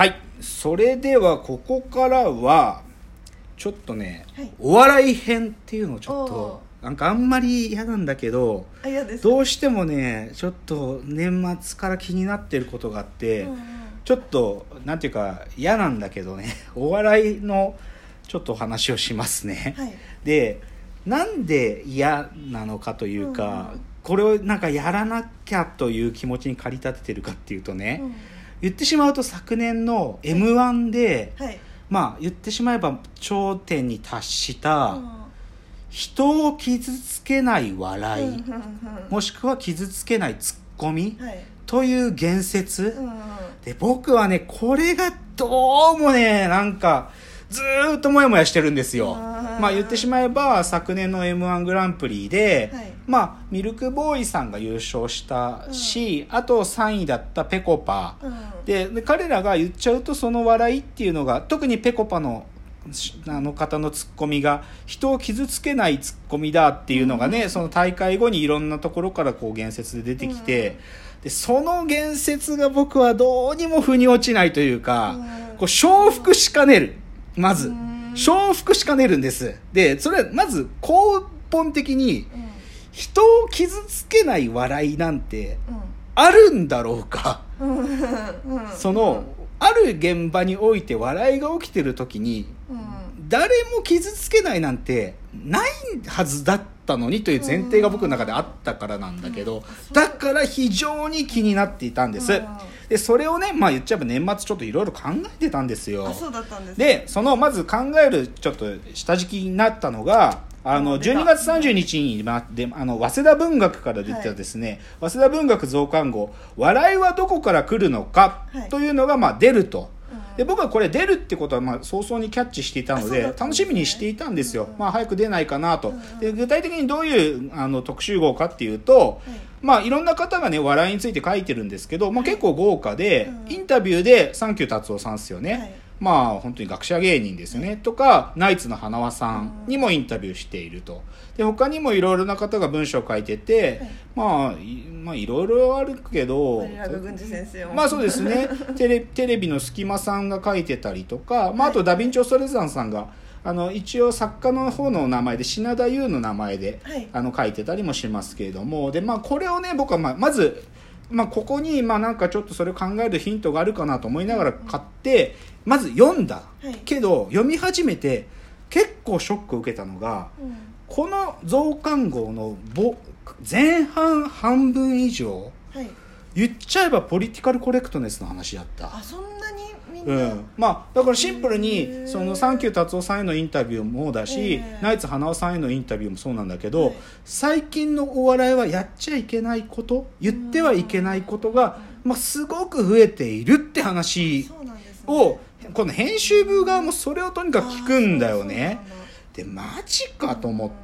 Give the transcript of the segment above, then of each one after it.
はい、それではここからはちょっとね、 はい、 お笑い編っていうのをちょっとなんかあんまり嫌なんだけど、どうしてもねちょっと年末から気になってることがあって、ちょっとなんていうか嫌なんだけどね、お笑いのちょっと話をしますね、 はい、 でなんで嫌なのかというか、これをなんかやらなきゃという気持ちに駆り立ててるかっていうとね、言ってしまうと昨年の M1 で、 はい、 まあ言ってしまえば頂点に達した人を傷つけない笑い、もしくは傷つけないツッコミ、という言説、で僕はねこれがどうもねなんかずーっともやもやしてるんですよ。まあ言ってしまえば昨年の M1 グランプリで、まあミルクボーイさんが優勝したし、あと3位だったペコパ、で彼らが言っちゃうとその笑いっていうのが、特にペコパのあの方のツッコミが人を傷つけないツッコミだっていうのがね、その大会後にいろんなところからこう言説で出てきて、でその言説が僕はどうにも腑に落ちないというか、こう承服しかねる。まず承服しかねるんです。でそれはまず根本的に人を傷つけない笑いなんてあるんだろうか、そのある現場において笑いが起きてる時に誰も傷つけないなんてないはずだったのにという前提が僕の中であったからなんだけど、だから非常に気になっていたんです。でそれをね、まあ言っちゃえば年末ちょっといろいろ考えてたんですよ。 そうだったんです。 でそのまず考えるちょっと下敷きになったのが12月30日に早稲田文学から出てたですね、早稲田文学増刊号笑いはどこから来るのかというのがまあ出ると。で僕はこれ出るってことはまあ早々にキャッチしていたので楽しみにしていたんですよ。まあ早く出ないかなと。で具体的にどういう特集号かっていうと、まあいろんな方がね笑いについて書いてるんですけど、まあ結構豪華で、インタビューでサンキュー達夫さんですよね。まあ本当に学者芸人ですよね、とかナイツの花輪さんにもインタビューしていると。で他にもいろいろな方が文章を書いてて、まあいろいろあるけど、まあそうですねテレビの隙間さんが書いてたりとか、まあ、あとダヴィンチ・オストレザンさんが一応作家の方の名前で品田優の名前で、書いてたりもしますけれども、でまあこれをね僕はまずここになんかちょっとそれを考えるヒントがあるかなと思いながら買ってまず読んだ、けど読み始めて結構ショックを受けたのが、この増刊号の前半半分以上、言っちゃえばポリティカルコレクトネスの話だった。 そんなにみんな、 まあだからシンプルにそのサンキュー達夫さんへのインタビューもだし、ナイツ花輪さんへのインタビューもそうなんだけど、最近のお笑いはやっちゃいけないこと、言ってはいけないことが、すごく増えているって話を、この編集部側もそれをとにかく聞くんだよね。でマジかと思って、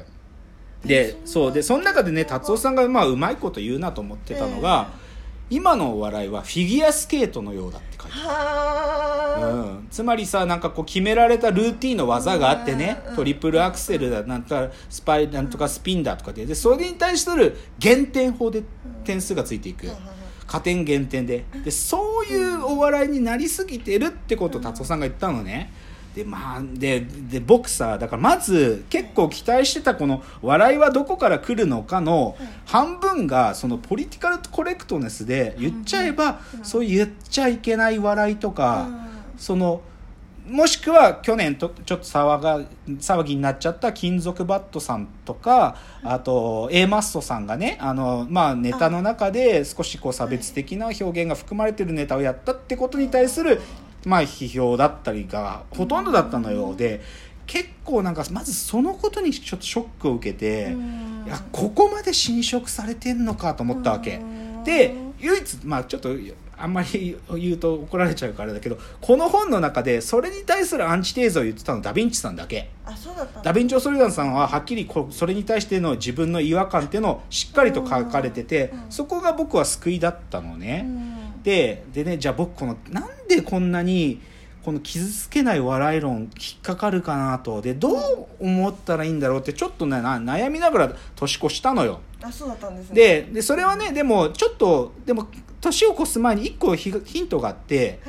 でその中でね達夫さんがうまいこと言うなと思ってたのが、今のお笑いはフィギュアスケートのようだって書いてある。つまりさ、なんかこう決められたルーティンの技があってね、トリプルアクセルだなんとかなんとかスピンだとかで、それに対する減点法で点数がついていく、加点減点でそういうお笑いになりすぎてるってことを達夫さんが言ったのね。で僕さ、だからまず結構期待してたこの笑いはどこから来るのかの半分がそのポリティカルコレクトネスで、言っちゃえばそう言っちゃいけない笑いとか、そのもしくは去年とちょっと騒ぎになっちゃった金属バットさんとか、あと A マッソさんがねネタの中で少しこう差別的な表現が含まれてるネタをやったってことに対する批評だったりがほとんどだったのようで、結構なんかまずそのことにちょっとショックを受けて、いやここまで侵食されてんのかと思ったわけで、唯一ちょっとあんまり言うと怒られちゃうからだけど、この本の中でそれに対するアンチテーゼを言ってたのダヴィンチさんだけ。ダヴィンチ・オストレザンさんははっきりそれに対しての自分の違和感っていうのをしっかりと書かれてて、そこが僕は救いだったのね。でね、じゃあ僕なんでこんなにこの傷つけない笑い論引っかかるかなと、でどう思ったらいいんだろうってちょっとね悩みながら年越したのよ。 そうだったんですね。 でそれはね、でもちょっと年を越す前に1個ヒントがあって、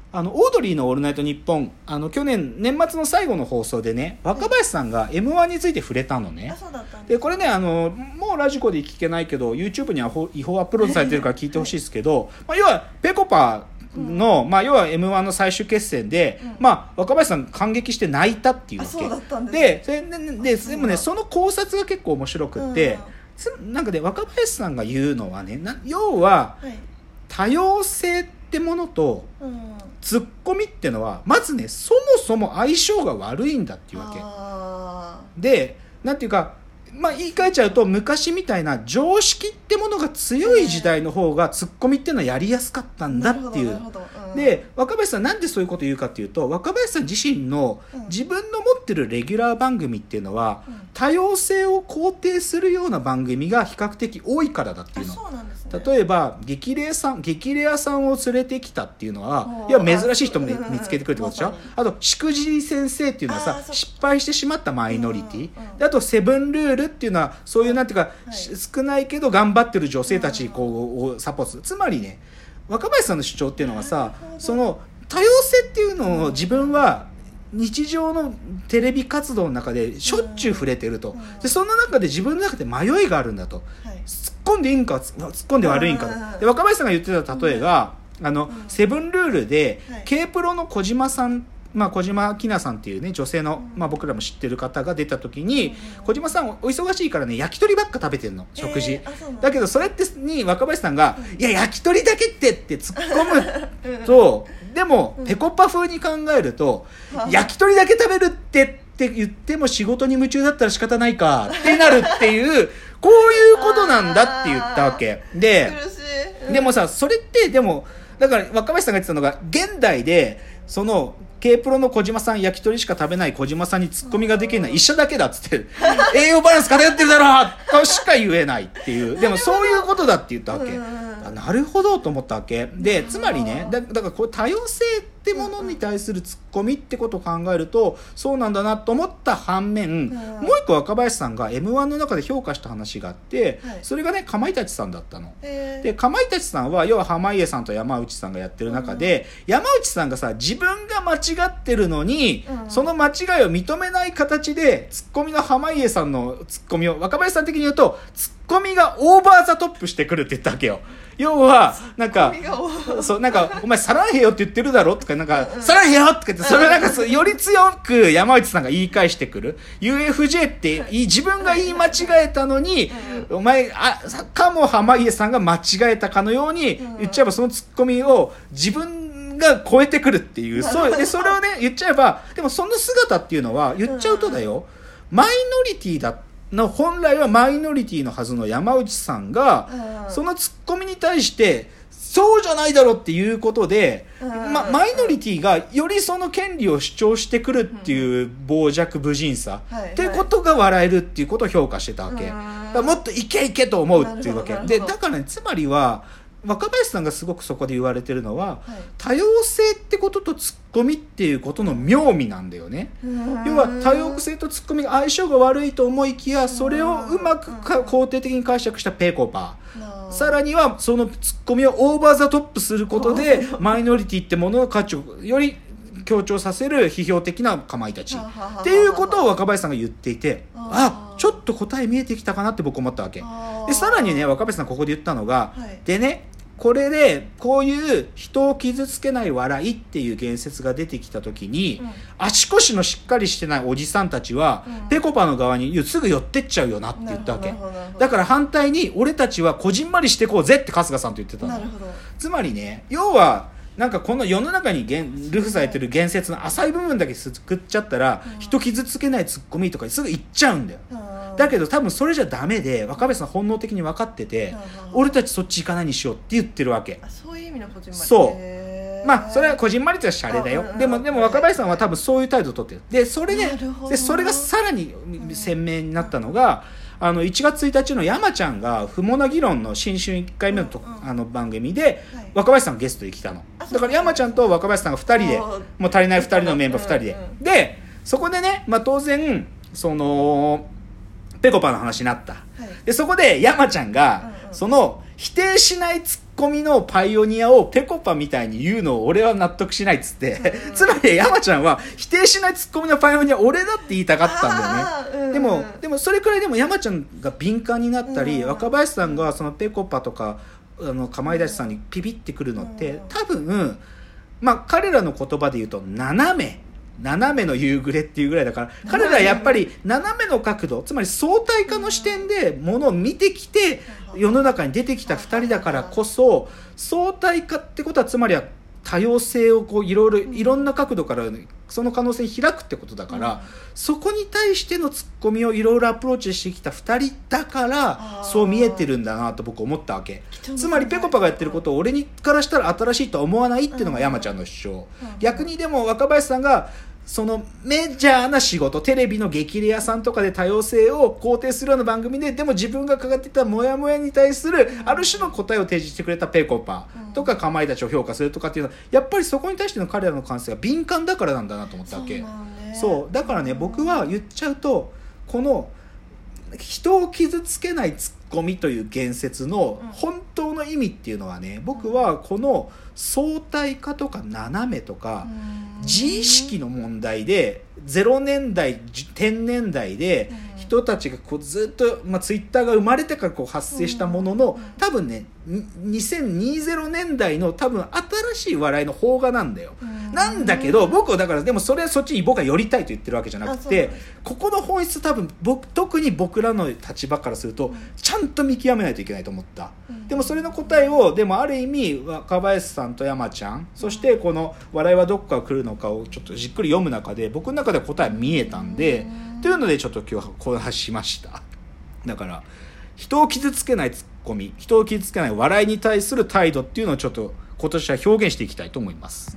オードリーのオールナイトニッポン、去年年末の最後の放送でね、若林さんが M1 について触れたのね。 あ、そうだったんです。 でこれね、もうラジコで聞けないけど YouTube には違法アップロードされてるから聞いてほしいですけど要はぺこぱの、要は M1 の最終決戦で、若林さん感激して泣いたっていうわけ。 そうだったんですでもね、その考察が結構面白くって、なんかね、若林さんが言うのはね、要は、多様性ってものと、ツッコミってのはまずね、そもそも相性が悪いんだっていうわけで、なんていうか、言い換えちゃうと、昔みたいな常識ってものが強い時代の方がツッコミっていうのはやりやすかったんだっていう。で、若林さんなんでそういうこと言うかっていうと、若林さん自身の自分の持ってるレギュラー番組っていうのは、多様性を肯定するような番組が比較的多いからだっていうの。 そうなんですね。 例えば激レアさんを連れてきたっていうのは、いや珍しい人も見つけてくるってことでしょ。あとしくじり先生っていうのはさ、失敗してしまったマイノリティで、あとセブンルールっていうのはそういうなんていうか、少ないけど頑張ってる女性たちをサポートする。つまりね、若林さんの主張っていうのはさ、その多様性っていうのを自分は日常のテレビ活動の中でしょっちゅう触れてると。でその中で自分の中で迷いがあるんだと。突っ込んでいいんか突っ込んで悪いんかと。で若林さんが言ってた例えが、セブンルールで K プロの小島さん、小島きなさんっていうね、女性の、僕らも知ってる方が出た時に、小島さんお忙しいからね、焼き鳥ばっか食べてるの、食事。だけどそれってに若林さんが、いや焼き鳥だけって突っ込むと、でもペコパ風に考えると、焼き鳥だけ食べるって言っても仕事に夢中だったら仕方ないかってなるっていう、こういうことなんだって言ったわけで、でもさ、それってでもだから若林さんが言ってたのが、現代でそのK プロの小島さん、焼き鳥しか食べない小島さんにツッコミができるのは一緒だけだっつって栄養バランス偏ってるだろとしか言えないっていう。でもそういうことだって言ったわけ。なるほどと思ったわけで、つまりね、だからこれ多様性ってものに対するツッコミってことを考えるとそうなんだなと思った反面、もう一個若林さんが M1 の中で評価した話があって、それがね、かまいたちさんだったの。でかまいたちさんは要は濱家さんと山内さんがやってる中で、山内さんがさ、自分が間違ってるのに、その間違いを認めない形でツッコミの濱家さんのツッコミを若林さん的に言うと、ツッコミがオーバーザトップしてくるって言ったわけよ。要はなんかそうなんかお前サランヘヨって言ってるだろとか、なんかサランヘヨとか言って、それなんかより強く山内さんが言い返してくる。 UFJ って自分が言い間違えたのに、お前かも濱家さんが間違えたかのように言っちゃえば、そのツッコミを自分が超えてくるっていう、そうでそれをね言っちゃえば、でもその姿っていうのは言っちゃうとだよ、マイノリティだの本来はマイノリティのはずの山内さんが、そのツッコミに対してそうじゃないだろうっていうことで、マイノリティがよりその権利を主張してくるっていう傍若無人さ、っていうことが笑えるっていうことを評価してたわけ。だからもっといけいけと思うっていうわけで、だからね、つまりは若林さんがすごくそこで言われてるのは、多様性ってこととツッコミっていうことの妙味なんだよね。要は多様性とツッコミが相性が悪いと思いきや、それをうまく肯定的に解釈したペコパ、さらにはそのツッコミをオーバーザトップすることでマイノリティってものの価値をより強調させる批評的なかまいたちっていうことを若林さんが言っていて、ちょっと答え見えてきたかなって僕思ったわけで、さらにね、若林さんここで言ったのが、でね、これでこういう人を傷つけない笑いっていう言説が出てきた時に、足腰のしっかりしてないおじさんたちは、ペコパの側にすぐ寄ってっちゃうよなって言ったわけ。だから反対に俺たちはこじんまりしてこうぜって春日さんと言ってたの。つまりね、要はなんかこの世の中に流布されてる言説の浅い部分だけ救っちゃったら、人傷つけないツッコミとかすぐ言っちゃうんだよ。だけど多分それじゃダメで、若林さん本能的に分かってて、俺たちそっち行かないにしようって言ってるわけ。 そういう意味のこじんまり。 そう、それはこじんまりってシャレだよ。でも若林さんは多分そういう態度を取ってる。でそれでそれがさらに鮮明になったのが、1月1日の山ちゃんが不毛な議論の新春1回目の番組で若林さんがゲストで来たの。だから山ちゃんと若林さんが2人で、もう足りない2人のメンバー2人で、そこでね、当然そのペコパの話になった。でそこで山ちゃんがその否定しないツッコミのパイオニアをぺこぱみたいに言うのを俺は納得しないっつって、つまり山ちゃんは否定しないツッコミのパイオニア俺だって言いたかったんだよね。でもそれくらいでも山ちゃんが敏感になったり、若林さんがそのぺこぱとかかまいたちさんにピピってくるのって多分まあ彼らの言葉で言うと斜めの夕暮れっていうぐらいだから、彼らはやっぱり斜めの角度、つまり相対化の視点でものを見てきて世の中に出てきた2人だからこそ、相対化ってことはつまりは多様性をこういろんな角度からその可能性に開くってことだから、そこに対してのツッコミをいろいろアプローチしてきた2人だからそう見えてるんだなと僕思ったわけ。つまりぺこぱがやってることを俺からしたら新しいとは思わないっていうのが山ちゃんの主張。逆にでも若林さんがそのメジャーな仕事、テレビの激レアさんとかで多様性を肯定するような番組で、でも自分がかかっていたモヤモヤに対するある種の答えを提示してくれたぺこぱとかかまいたちを評価するとかっていうのはやっぱりそこに対しての彼らの感性が敏感だからなんだなと思ったわけ。そうだからね、僕は言っちゃうとこの人を傷つけないツッコミという言説の本当の意味っていうのはね、僕はこの相対化とか斜めとか自意識の問題で0年代10年代で人たちがこうずっと、ツイッターが生まれてからこう発生したものの、多分ね2020年代の多分新しい笑いの邦画なんだよ。なんだけど僕はだからでもそれはそっちに僕は寄りたいと言ってるわけじゃなくて、ここの本質多分特に僕らの立場からするとちゃんと見極めないといけないと思った。でもそれの答えをでもある意味若林さんと山ちゃん、そしてこの笑いはどこから来るのかをちょっとじっくり読む中で僕の中で答え見えたんで、というのでちょっと今日はこういう話しました。だから人を傷つけないツッコミ、人を傷つけない笑いに対する態度っていうのをちょっと今年は表現していきたいと思います。